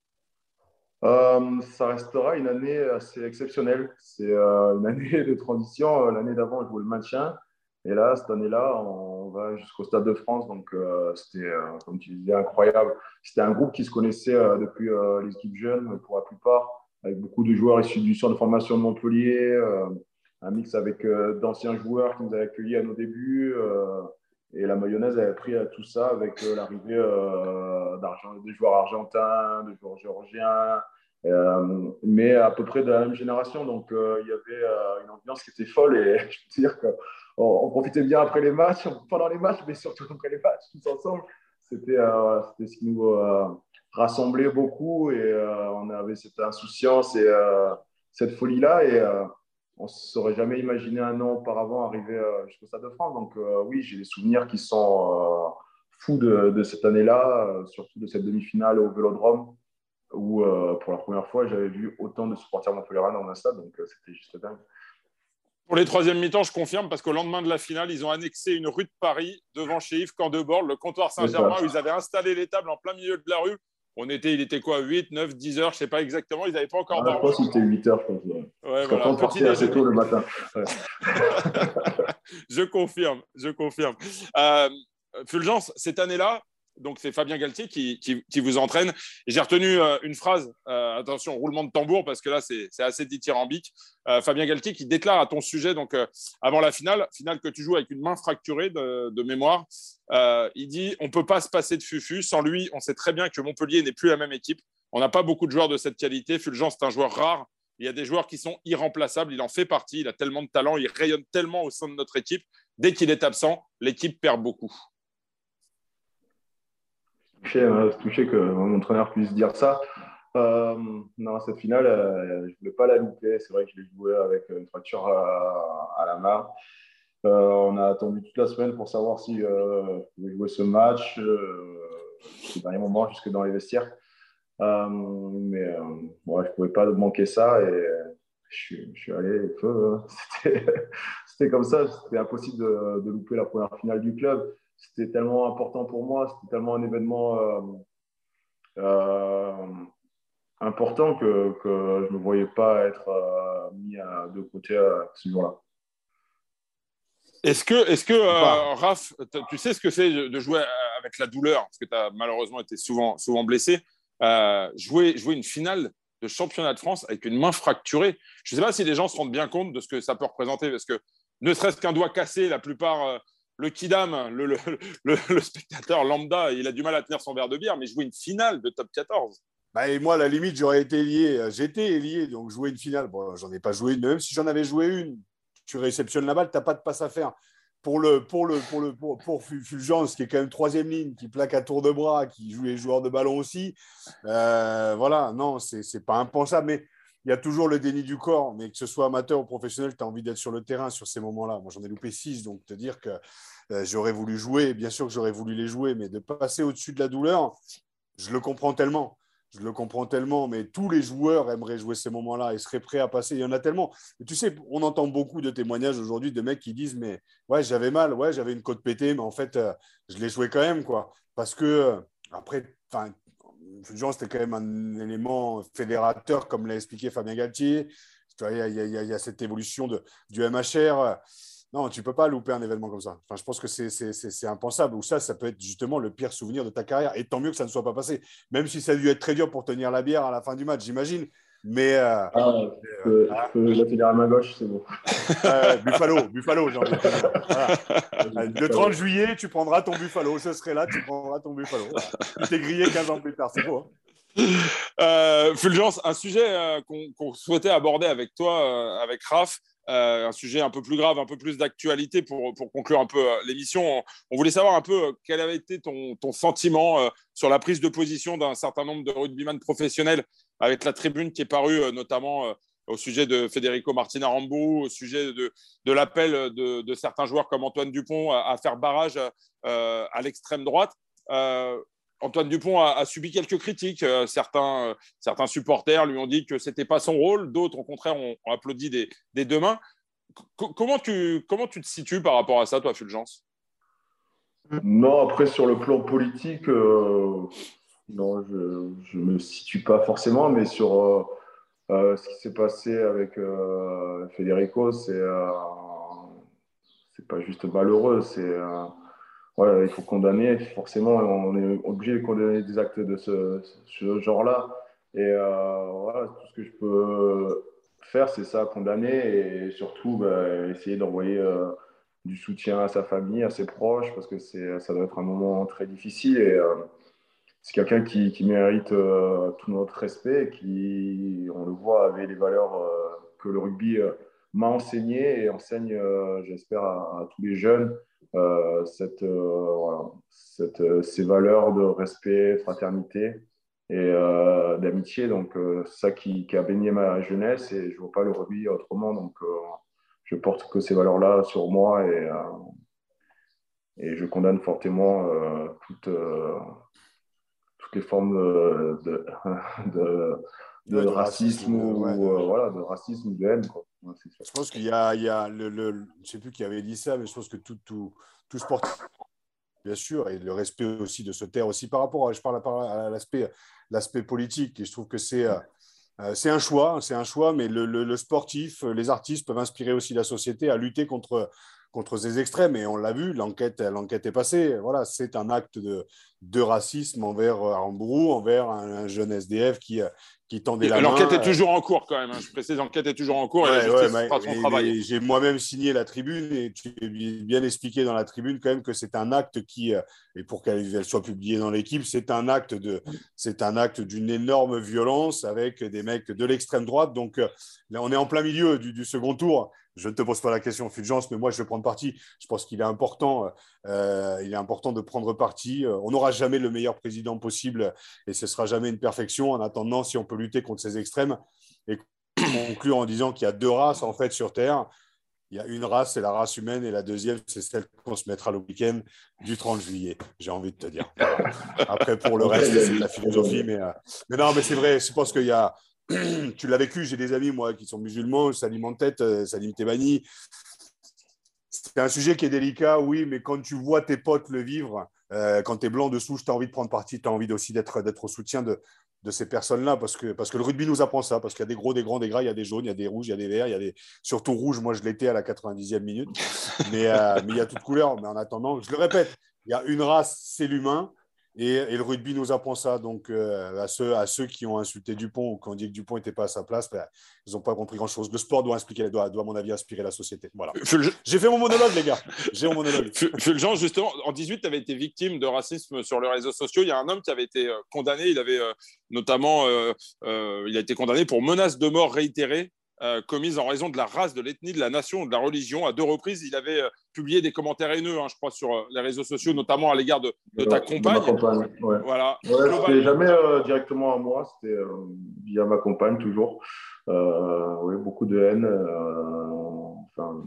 Euh, ça restera une année assez exceptionnelle. C'est euh, une année de transition. L'année d'avant, je jouais le maintien. Et là, cette année-là, on va jusqu'au Stade de France. Donc, euh, c'était, euh, comme tu disais, incroyable. C'était un groupe qui se connaissait euh, depuis euh, les équipes jeunes, pour la plupart, avec beaucoup de joueurs issus du centre de formation de Montpellier. Euh, un mix avec euh, d'anciens joueurs qui nous avaient accueillis à nos débuts. Euh, et la mayonnaise avait pris à tout ça avec euh, l'arrivée euh, des joueurs argentins, des joueurs géorgiens, euh, mais à peu près de la même génération. Donc, euh, il y avait euh, une ambiance qui était folle. Et je peux dire qu'on on profitait bien après les matchs, pendant les matchs, mais surtout après les matchs, tous ensemble. C'était euh, ce qui nous euh, rassemblait beaucoup. Et euh, on avait cette insouciance et euh, cette folie-là. Et euh, on ne saurait jamais imaginé un an auparavant arriver euh, jusqu'au Stade de France. Donc euh, oui, j'ai des souvenirs qui sont euh, fous de, de cette année-là, euh, surtout de cette demi-finale au Vélodrome, où euh, pour la première fois, j'avais vu autant de supporters montpelliérains dans un stade. Donc euh, c'était juste dingue. Pour les troisièmes mi-temps, je confirme, parce qu'au lendemain de la finale, ils ont annexé une rue de Paris devant chez Yves Candebord, le comptoir Saint-Germain, où ils avaient installé les tables en plein milieu de la rue. On était, il était quoi, huit, neuf, dix heures, je ne sais pas exactement, ils n'avaient pas encore ah, dormi. Je pense que c'était huit heures, je pense. Ouais. Ouais, Parce voilà. qu'après, on partait assez tôt le matin. Ouais. je confirme, je confirme. Euh, Fulgence, cette année-là, donc c'est Fabien Galtier qui, qui, qui vous entraîne. Et j'ai retenu euh, une phrase, euh, attention, roulement de tambour, parce que là, c'est, c'est assez dithyrambique. Euh, Fabien Galtier qui déclare à ton sujet, donc euh, avant la finale, finale que tu joues avec une main fracturée de, de mémoire, euh, il dit « On ne peut pas se passer de Fufu. Sans lui, on sait très bien que Montpellier n'est plus la même équipe. On n'a pas beaucoup de joueurs de cette qualité. Fulgence, c'est un joueur rare. Il y a des joueurs qui sont irremplaçables. Il en fait partie. Il a tellement de talent. Il rayonne tellement au sein de notre équipe. Dès qu'il est absent, l'équipe perd beaucoup. » Touché, hein, touché que mon entraîneur puisse dire ça. Euh, non, cette finale, euh, je ne voulais pas la louper. C'est vrai que je l'ai jouée avec une fracture à, à la main. Euh, on a attendu toute la semaine pour savoir si euh, je pouvais jouer ce match, euh, au dernier moment, jusque dans les vestiaires. Euh, mais euh, ouais, je ne pouvais pas manquer ça. Et je suis, je suis allé, feu. C'était, c'était comme ça. C'était impossible de, de louper la première finale du club. C'était tellement important pour moi. C'était tellement un événement euh, euh, important que, que je ne me voyais pas être euh, mis à, de côté à ce jour-là. Est-ce que, est-ce que euh, Raph, tu sais ce que c'est de jouer avec la douleur, parce que tu as malheureusement été souvent, souvent blessé, euh, jouer, jouer une finale de championnat de France avec une main fracturée. Je ne sais pas si les gens se rendent bien compte de ce que ça peut représenter, parce que ne serait-ce qu'un doigt cassé, la plupart, euh, le kidam, le, le, le, le spectateur lambda, il a du mal à tenir son verre de bière, mais jouer une finale de top quatorze. Bah, et moi, à la limite, j'aurais été lié. J'étais lié, donc jouer une finale. Bon, j'en ai pas joué une, même si j'en avais joué une. Tu réceptionnes la balle, tu n'as pas de passe à faire. Pour, le, pour, le, pour, le, pour, pour Fulgence, qui est quand même troisième ligne, qui plaque à tour de bras, qui joue les joueurs de ballon aussi, euh, voilà, non, ce n'est pas impensable. Mais il y a toujours le déni du corps. Mais que ce soit amateur ou professionnel, tu as envie d'être sur le terrain sur ces moments-là. Moi, j'en ai loupé six, donc te dire que euh, j'aurais voulu jouer, bien sûr que j'aurais voulu les jouer, mais de passer au-dessus de la douleur, je le comprends tellement. Je le comprends tellement, mais tous les joueurs aimeraient jouer ces moments-là et seraient prêts à passer. Il y en a tellement. Et tu sais, on entend beaucoup de témoignages aujourd'hui de mecs qui disent « mais ouais, j'avais mal, ouais, j'avais une côte pétée, mais en fait, euh, je l'ai joué quand même. » quoi. Parce que, euh, après, Fulgence, c'était quand même un élément fédérateur, comme l'a expliqué Fabien Galtier. Il y, y, y, y a cette évolution de, du M H R. Non, tu ne peux pas louper un événement comme ça. Enfin, je pense que c'est, c'est, c'est, c'est impensable. Ou ça, ça peut être justement le pire souvenir de ta carrière. Et tant mieux que ça ne soit pas passé. Même si ça a dû être très dur pour tenir la bière à la fin du match, j'imagine. Mais. Euh, ah, je peux, euh, je peux la tenir à ma gauche, c'est bon. Euh, Buffalo, Buffalo, j'ai envie de te dire. Voilà. Le trente juillet, tu prendras ton Buffalo. Je serai là, tu prendras ton Buffalo. Voilà. Tu t'es grillé quinze ans plus tard, c'est beau. Hein. Euh, Fulgence, un sujet euh, qu'on, qu'on souhaitait aborder avec toi, euh, avec Raph. Euh, un sujet un peu plus grave, un peu plus d'actualité pour, pour conclure un peu euh, l'émission. On, on voulait savoir un peu euh, quel avait été ton, ton sentiment euh, sur la prise de position d'un certain nombre de rugbyman professionnels avec la tribune qui est parue euh, notamment euh, au sujet de Federico Martin Aramburu, au sujet de, de l'appel de, de certains joueurs comme Antoine Dupont à, à faire barrage euh, à l'extrême droite. Euh, Antoine Dupont a, a subi quelques critiques. Euh, certains, euh, certains supporters lui ont dit que ce n'était pas son rôle. D'autres, au contraire, ont, ont applaudi des, des deux mains. C- comment, tu, comment tu te situes par rapport à ça, toi, Fulgence ? Non, après, sur le plan politique, euh, non, je ne me situe pas forcément, mais sur euh, euh, ce qui s'est passé avec euh, Federico, c'est euh, c'est pas juste malheureux, c'est... Euh, Ouais, il faut condamner, forcément, on est obligé de condamner des actes de ce, ce genre-là. Et euh, voilà, tout ce que je peux faire, c'est ça, condamner et surtout bah, essayer d'envoyer euh, du soutien à sa famille, à ses proches, parce que c'est, ça doit être un moment très difficile. Et euh, c'est quelqu'un qui, qui mérite euh, tout notre respect et qui, on le voit, avait les valeurs euh, que le rugby euh, m'a enseigné et enseigne, euh, j'espère, à, à tous les jeunes. Euh, cette, euh, voilà, cette, euh, ces valeurs de respect, fraternité et euh, d'amitié. Donc, euh, c'est ça qui, qui a baigné ma jeunesse et je ne vois pas le rugby autrement. Donc, euh, je porte que ces valeurs-là sur moi et, euh, et je condamne fortement euh, toute, euh, toutes les formes de, de, de, de Ouais, de racisme racisme. De, ouais, ou de... euh, voilà, de racisme, de haine. Quoi. Ouais, c'est sûr. Je pense qu'il y a, il y a le, le, je ne sais plus qui avait dit ça, mais je pense que tout, tout, tout sportif, bien sûr, et le respect aussi de se taire aussi par rapport à, je parle à l'aspect, l'aspect politique, et je trouve que c'est, euh, c'est un choix, c'est un choix, mais le, le, le sportif, les artistes peuvent inspirer aussi la société à lutter contre, contre ces extrêmes, et on l'a vu, l'enquête, l'enquête est passée, voilà, c'est un acte de, de racisme envers Aramburu, envers un, un jeune S D F qui, qui tendait la L'enquête est main. toujours en cours quand même. Hein. Je précise, l'enquête est toujours en cours et la Ouais, ouais, justice mais, fera son mais, travail. mais j'ai moi-même signé la tribune et tu as bien expliqué dans la tribune quand même que c'est un acte qui, euh, et pour qu'elle soit publiée dans l'équipe, c'est un acte de, c'est un acte d'une énorme violence avec des mecs de l'extrême droite. Donc euh, là, on est en plein milieu du, du second tour. Je ne te pose pas la question, Fulgence, mais moi, je vais prendre parti. Je pense qu'il est important, euh, il est important de prendre parti. On n'aura jamais le meilleur président possible et ce sera jamais une perfection. En attendant, si on peut lutter contre ces extrêmes et conclure en disant qu'il y a deux races en fait sur Terre. Il y a une race, c'est la race humaine, et la deuxième, c'est celle qu'on se mettra le week-end du trente juillet. J'ai envie de te dire. Voilà. Après, pour le reste, c'est de la philosophie, mais, euh... mais non, mais c'est vrai. Je pense qu'il y a. Tu l'as vécu. J'ai des amis moi qui sont musulmans. Salim en tête, Salim Tebani. C'est un sujet qui est délicat, oui, mais quand tu vois tes potes le vivre, euh, quand tu es blanc dessous, tu as envie de prendre parti, tu as envie aussi d'être, d'être au soutien de, de ces personnes-là, parce que, parce que le rugby nous apprend ça, parce qu'il y a des gros, des grands, des gras, il y a des jaunes, il y a des rouges, il y a des verts, il y a des... surtout rouges, moi je l'étais à la quatre-vingt-dixième minute, mais, euh, mais il y a toutes couleurs, mais en attendant, je le répète, il y a une race, c'est l'humain, et, et le rugby nous apprend ça, donc euh, à, ceux, à ceux qui ont insulté Dupont ou qui ont dit que Dupont n'était pas à sa place, ben, ils n'ont pas compris grand-chose. Le sport doit, expliquer, doit, doit, à mon avis, inspirer la société. Voilà. Fulg... J'ai fait mon monologue, les gars. J'ai mon monologue. Fulgence, justement, en dix-huit, tu avais été victime de racisme sur les réseaux sociaux. Il y a un homme qui avait été euh, condamné. Il avait euh, notamment, euh, euh, il a été condamné pour menace de mort réitérée euh, commise en raison de la race, de l'ethnie, de la nation, de la religion. À deux reprises, il avait euh, publié des commentaires haineux, hein, je crois, sur euh, les réseaux sociaux, notamment à l'égard de, de ta compagne. De ma compagne, ouais. Voilà. Ouais, Global... C'était jamais euh, directement à moi, c'était euh, via ma compagne toujours. Euh, oui, beaucoup de haine. Euh, enfin,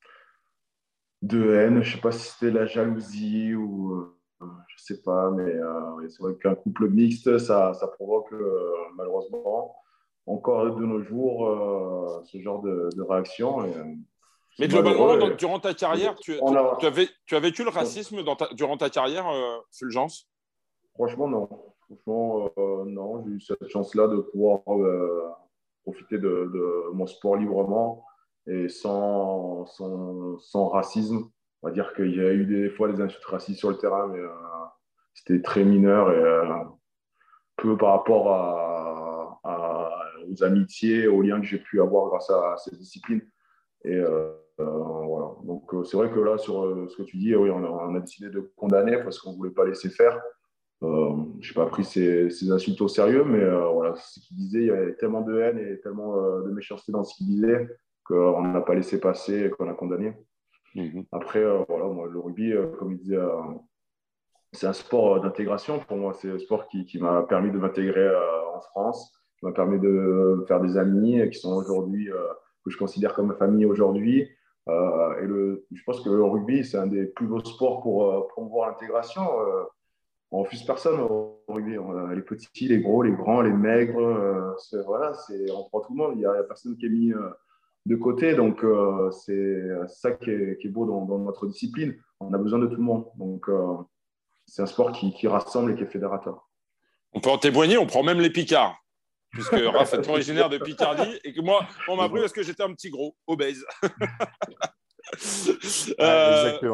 de haine. Je ne sais pas si c'était la jalousie ou euh, je ne sais pas, mais euh, c'est vrai qu'un couple mixte, ça, ça provoque euh, malheureusement encore de nos jours euh, ce genre de, de réaction. Et, mais globalement, dans, durant ta carrière, tu, tu, a... tu, avais, tu as vécu le racisme dans ta, durant ta carrière, euh, Fulgence? Franchement, non. Franchement, euh, non. J'ai eu cette chance-là de pouvoir euh, profiter de, de mon sport librement et sans, sans, sans racisme. On va dire qu'il y a eu des fois des insultes racistes sur le terrain, mais euh, c'était très mineur et euh, peu par rapport à, à, aux amitiés, aux liens que j'ai pu avoir grâce à, à cette discipline. Et euh, euh, voilà. Donc, euh, c'est vrai que là, sur euh, ce que tu dis, oui, on a, on a décidé de condamner parce qu'on ne voulait pas laisser faire. Euh, je n'ai pas pris ces, ces insultes au sérieux, mais euh, voilà, ce qu'il disait, il y avait tellement de haine et tellement euh, de méchanceté dans ce qu'il disait qu'on n'a pas laissé passer et qu'on a condamné. Mm-hmm. Après, euh, voilà, moi, le rugby, euh, comme il disait, euh, c'est un sport d'intégration pour moi. C'est un sport qui, qui m'a permis de m'intégrer euh, en France, qui m'a permis de faire des amis qui sont aujourd'hui, euh, que je considère comme ma famille aujourd'hui. Euh, et le, je pense que le rugby, c'est un des plus beaux sports pour euh, promouvoir l'intégration. Euh, on refuse personne au rugby. Les petits, les gros, les grands, les maigres. Euh, c'est, voilà, c'est, on prend tout le monde. Il n'y a, a personne qui est mis euh, de côté. Donc, euh, c'est ça qui est, qui est beau dans, dans notre discipline. On a besoin de tout le monde. Donc, euh, c'est un sport qui, qui rassemble et qui est fédérateur. On peut en témoigner. On prend même les Picards. Puisque Raph est originaire de Picardie. Et que moi, on m'a pris parce que j'étais un petit gros, obèse. euh, ouais, exactement.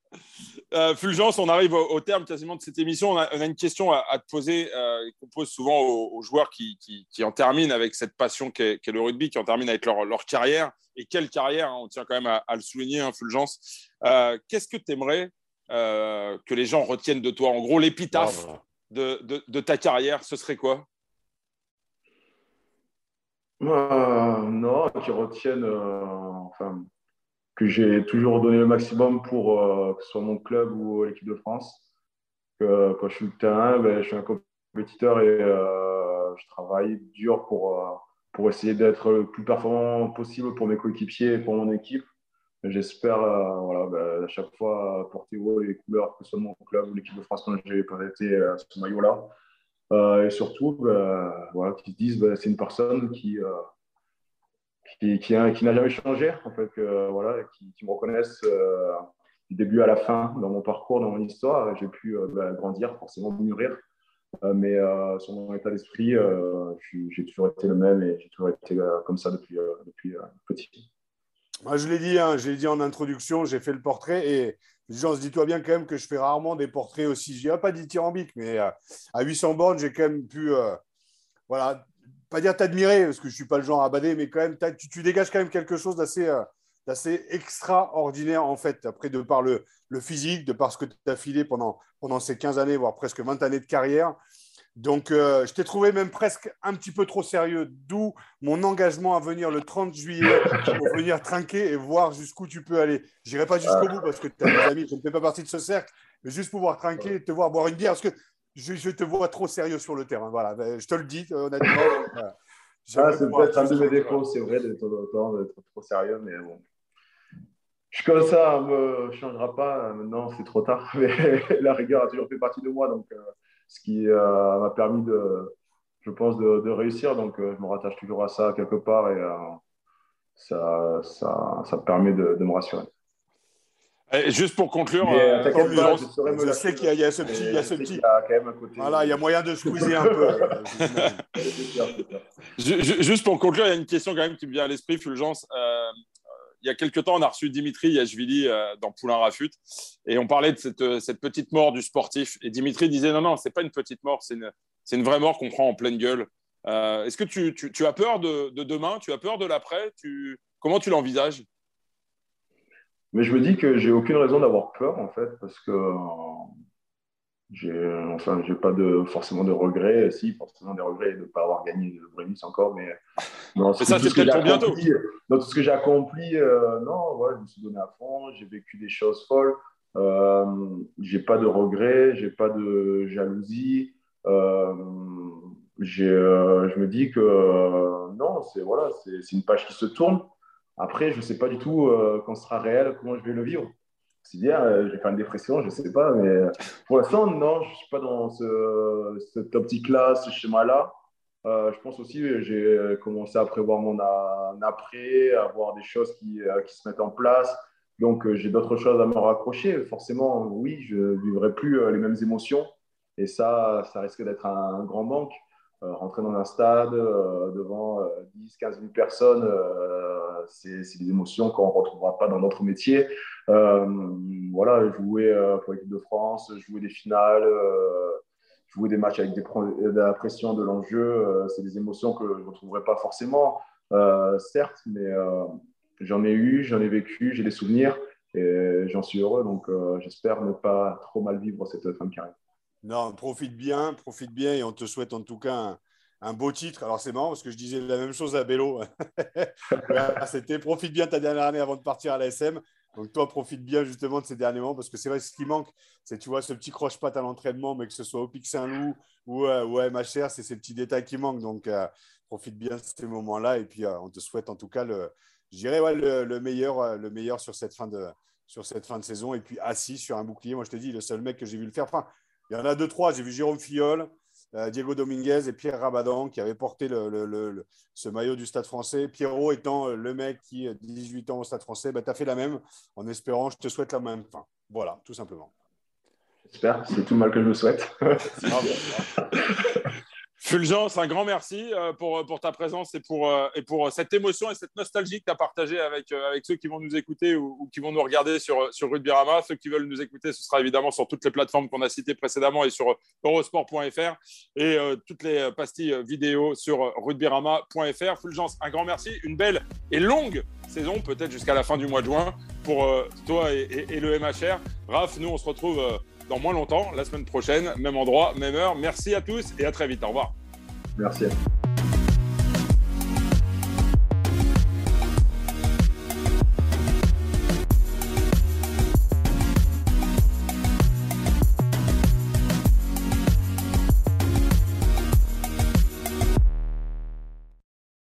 Euh, Fulgence, on arrive au, au terme quasiment de cette émission. On a, on a une question à, à te poser euh, qu'on pose souvent aux, aux joueurs qui, qui, qui en terminent avec cette passion qu'est, qu'est le rugby, qui en terminent avec leur, leur carrière. Et quelle carrière, hein, on tient quand même à, à le souligner, hein, Fulgence. Euh, qu'est-ce que tu aimerais euh, que les gens retiennent de toi? En gros, l'épitaphe Oh, de, de, de ta carrière, ce serait quoi? Euh, non, qui retiennent, euh, enfin, que j'ai toujours donné le maximum pour euh, que ce soit mon club ou l'équipe de France. Que, quand je suis sur le terrain, ben, je suis un compétiteur et euh, je travaille dur pour, euh, pour essayer d'être le plus performant possible pour mes coéquipiers et pour mon équipe. J'espère euh, voilà, ben, à chaque fois porter haut les couleurs, que ce soit mon club ou l'équipe de France quand j'ai prêté euh, ce maillot-là. Euh, et surtout, ben, voilà, qu'ils se disent ben, c'est une personne qui, euh, qui, qui, qui n'a jamais changé, en fait, que, voilà, qui, qui me reconnaissent euh, du début à la fin dans mon parcours, dans mon histoire. J'ai pu euh, bah, grandir, forcément mûrir, euh, mais euh, sur mon état d'esprit, euh, j'ai toujours été le même et j'ai toujours été euh, comme ça depuis, euh, depuis euh, petit. Moi, je l'ai dit, hein, je l'ai dit en introduction, j'ai fait le portrait et genre, dis-toi bien quand même que je fais rarement des portraits aussi, je dirais pas dithyrambiques, mais euh, à huit cents bornes, j'ai quand même pu, euh, voilà, pas dire t'admirer, parce que je suis pas le genre à bader, mais quand même, tu, tu dégages quand même quelque chose d'assez euh, d'assez extraordinaire, en fait, après de par le, le physique, de par ce que tu as filé pendant, pendant ces quinze années, voire presque vingt années de carrière. Donc, euh, je t'ai trouvé même presque un petit peu trop sérieux, d'où mon engagement à venir le trente juillet pour venir trinquer et voir jusqu'où tu peux aller. Je n'irai pas jusqu'au bout parce que tu as des amis, je ne fais pas partie de ce cercle, mais juste pouvoir trinquer et te voir boire une bière parce que je, je te vois trop sérieux sur le terrain. Voilà, je te le dis honnêtement. Donc, euh, Ah, j'aimerais c'est pouvoir peut-être un juste de mes trinquer, défauts, voilà. c'est vrai, de temps en temps, d'être trop sérieux, mais bon. Je suis comme ça, ne me changera pas. Maintenant, c'est trop tard. Mais la rigueur a toujours fait partie de moi, donc euh, ce qui euh, m'a permis de, je pense, de, de réussir. Donc, euh, je me rattache toujours à ça quelque part et euh, ça, ça, ça permet de, de me rassurer. Et juste pour conclure, Mais euh, euh, Tant t'inquiète mieux. pas, je Fulgence, saurais me Je lâcher sais qu'il y a, il y a ce petit, il y et a je ce sais qu'il petit. y a quand même un côté. Voilà, il y a moyen de squeezer un peu, euh, j'imagine. C'est sûr, c'est sûr. ju- ju- juste pour conclure, il y a une question quand même qui me vient à l'esprit, Fulgence. Euh, il y a quelques temps, on a reçu Dimitri Yachvili euh, dans Poulain Rafut et on parlait de cette, euh, cette petite mort du sportif. Et Dimitri disait non, non, c'est pas une petite mort, c'est une, c'est une vraie mort qu'on prend en pleine gueule. Euh, est-ce que tu, tu, tu as peur de, de demain? Tu as peur de l'après? tu... Comment tu l'envisages? Mais je me dis que j'ai aucune raison d'avoir peur, en fait, parce que euh, j'ai, enfin, j'ai pas de, forcément de regrets. Si, forcément des regrets de ne pas avoir gagné le Brennus encore, mais dans Mais ce que- ça, tout c'est ce que peut-être j'ai pour bientôt. accompli, dans tout ce que j'ai accompli, euh, non, ouais, je me suis donné à fond, j'ai vécu des choses folles. Euh, j'ai pas de regrets, j'ai pas de jalousie. Euh, j'ai, euh, je me dis que euh, non, c'est voilà, c'est, c'est une page qui se tourne. Après, je sais pas du tout euh, quand ce sera réel, comment je vais le vivre. C'est bien, euh, je vais faire une dépression, je sais pas, mais pour l'instant, non, je suis pas dans ce, cette optique-là, ce schéma-là. Euh, je pense aussi que j'ai commencé à prévoir mon a- après, à voir des choses qui, euh, qui se mettent en place. Donc, euh, j'ai d'autres choses à me raccrocher. Forcément, oui, je ne vivrai plus euh, les mêmes émotions. Et ça, ça risque d'être un, un grand manque. Euh, rentrer dans un stade euh, devant euh, dix, quinze mille personnes, euh, c'est c'est des émotions qu'on ne retrouvera pas dans d'autres métiers. Euh, voilà, jouer euh, pour l'équipe de France, jouer des finales. Euh, jouer des matchs avec des de la pression, de l'enjeu, euh, c'est des émotions que je ne retrouverai pas forcément, euh, certes, mais euh, j'en ai eu, j'en ai vécu, j'ai des souvenirs et j'en suis heureux. Donc, euh, j'espère ne pas trop mal vivre cette fin de carrière. Non, profite bien, profite bien et on te souhaite en tout cas un, un beau titre. Alors c'est marrant parce que je disais la même chose à Bélo. C'était profite bien ta dernière année avant de partir à la S M. Donc toi, profite bien justement de ces derniers moments parce que c'est vrai ce qui manque, c'est tu vois ce petit croche-patte à l'entraînement, mais que ce soit au Pic Saint-Loup ou, euh, ou à M H R, c'est ces petits détails qui manquent. Donc euh, profite bien de ces moments-là et puis euh, on te souhaite en tout cas le, je dirais ouais, le, le meilleur, euh, le meilleur sur cette fin de sur cette fin de saison et puis assis sur un bouclier. Moi je te dis, le seul mec que j'ai vu le faire. Enfin, il y en a deux, trois. J'ai vu Jérôme Fillol, euh, Diego Dominguez et Pierre Rabadan qui avaient porté le, le, le, le, ce maillot du Stade français. Pierrot étant le mec qui, dix-huit ans au Stade français, bah, tu as fait la même en espérant, je te souhaite la même fin. Voilà, tout simplement. J'espère, c'est tout le mal que je me souhaite. Ah, bah, Fulgence, un grand merci euh, pour, pour ta présence et pour, euh, et pour cette émotion et cette nostalgie que tu as partagée avec, euh, avec ceux qui vont nous écouter ou, ou qui vont nous regarder sur, sur Rugbyrama. Ceux qui veulent nous écouter, ce sera évidemment sur toutes les plateformes qu'on a citées précédemment et sur eurosport point f r et euh, toutes les pastilles vidéo sur rugbyrama point f r. Fulgence, un grand merci. Une belle et longue saison, peut-être jusqu'à la fin du mois de juin pour euh, toi et, et, et le M H R. Raph, nous, on se retrouve... Euh, dans moins longtemps, la semaine prochaine, même endroit, même heure. Merci à tous et à très vite. Au revoir. Merci à tous.